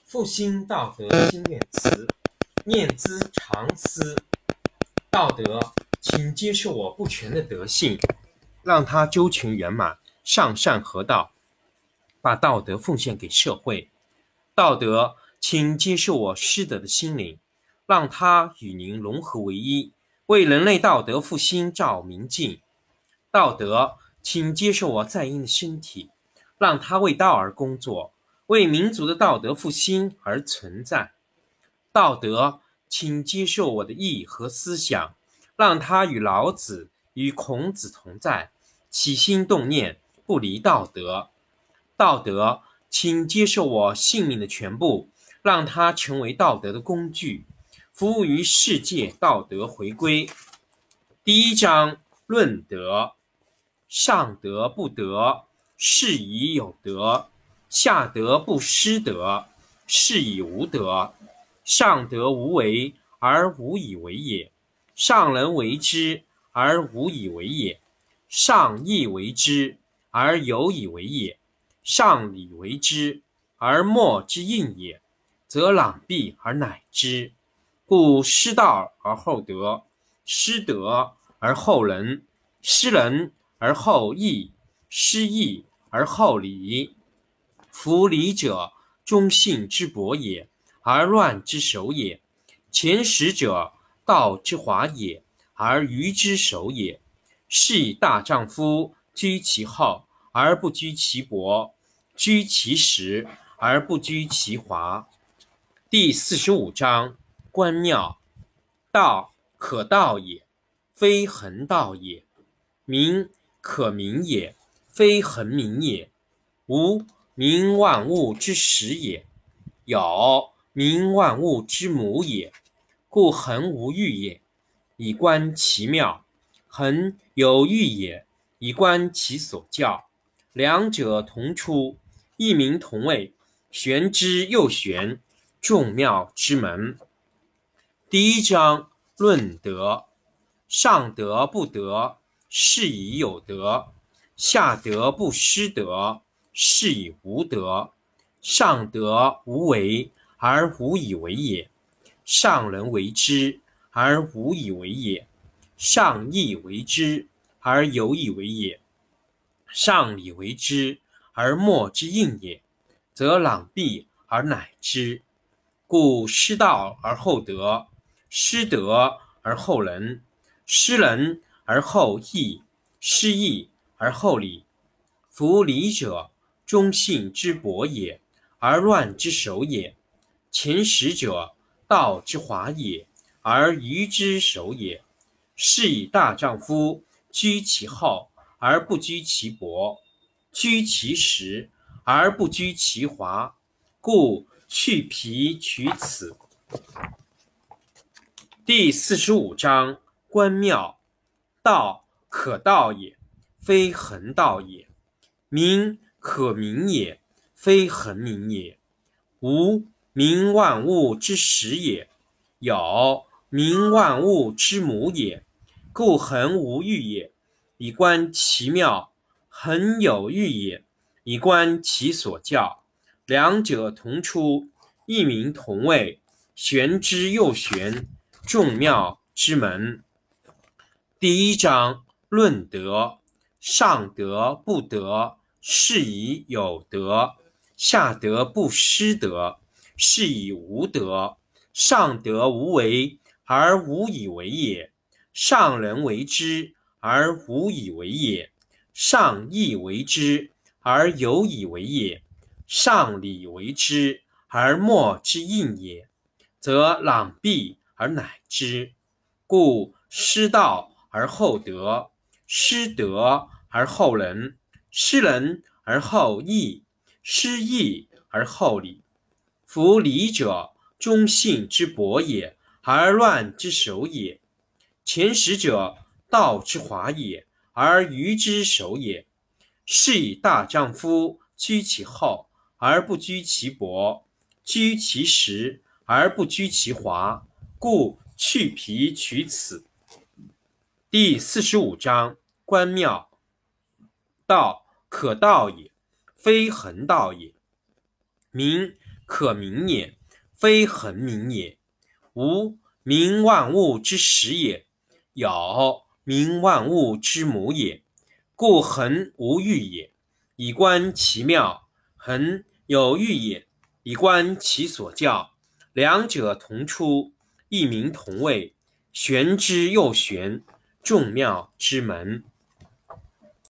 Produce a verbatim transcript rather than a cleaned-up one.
复兴道德心愿词，念兹常思。道德，请接受我不全的德性，让它周全圆满，上善合道，把道德奉献给社会。道德，请接受我失德的心灵，让它与您融合为一，为人类道德复兴照明镜。道德，请接受我在阴的身体，让它为道而工作，为民族的道德复兴而存在。道德，请接受我的意和思想，让它与老子与孔子同在，起心动念不离道德。道德，请接受我性命的全部，让它成为道德的工具，服务于世界道德回归。第一章论德。上德不德，是以有德；下德不失德，是以无德。上德无为而无以为也，上人为之而无以为也，上义为之而有以为也，上礼为之而莫之应也，则攘臂而乃之。故失道而后德，失德而后仁，失仁而后义，失义而后礼。夫礼者，忠信之薄也，而乱之首也；前识者，道之华也，而愚之首也。是以大丈夫居其厚而不居其薄，居其实而不居其华。第四十五章关庙。道可道也，非恒道也；名可名也，非恒名也。无，名万物之始也；有，名万物之母也。故恒无欲也，以观其妙；恒有欲也，以观其所教。两者同出，异名同谓，玄之又玄，众妙之门。第一章论德。上德不德，是以有德；下德不失德，是以无德。上德无为而无以为也，上人为之而无以为也，上义为之而有以为也，上礼为之而莫之应也，则攘臂而乃之。故失道而后德，失德而后仁，失仁而后义，失义而后礼。夫礼者，忠信之薄也，而乱之首也；前识者，道之华也，而愚之首也。是以大丈夫居其厚而不居其薄，居其实而不居其华。故去皮取此。第四十五章关庙。道可道也，非恒道也；名可名也，非恒名也。无，名万物之始也；有，名万物之母也。故恒无欲也，以观其妙；恒有欲也，以观其所教。两者同出，异名同谓，玄之又玄，众妙之门。第一章论德。上德不德，是以有德；下德不失德，是以无德。上德无为而无以为也，上人为之而无以为也，上义为之而有以为也，上礼为之而莫之应也，则攘臂而乃之。故失道而后德，失德而后仁，失仁而后义，失义而后礼。夫礼者，忠信之薄也，而乱之首也；前识者，道之华也，而愚之首也。是以大丈夫居其厚而不居其薄，居其实而不居其华。故去皮取此。第四十五章关庙。道可道也，非恒道也；名可名也，非恒名也。无，名万物之始也；有，名万物之母也。故恒无欲也，以观其妙；恒有欲也，以观其所教。两者同出，异名同谓，玄之又玄，众妙之门。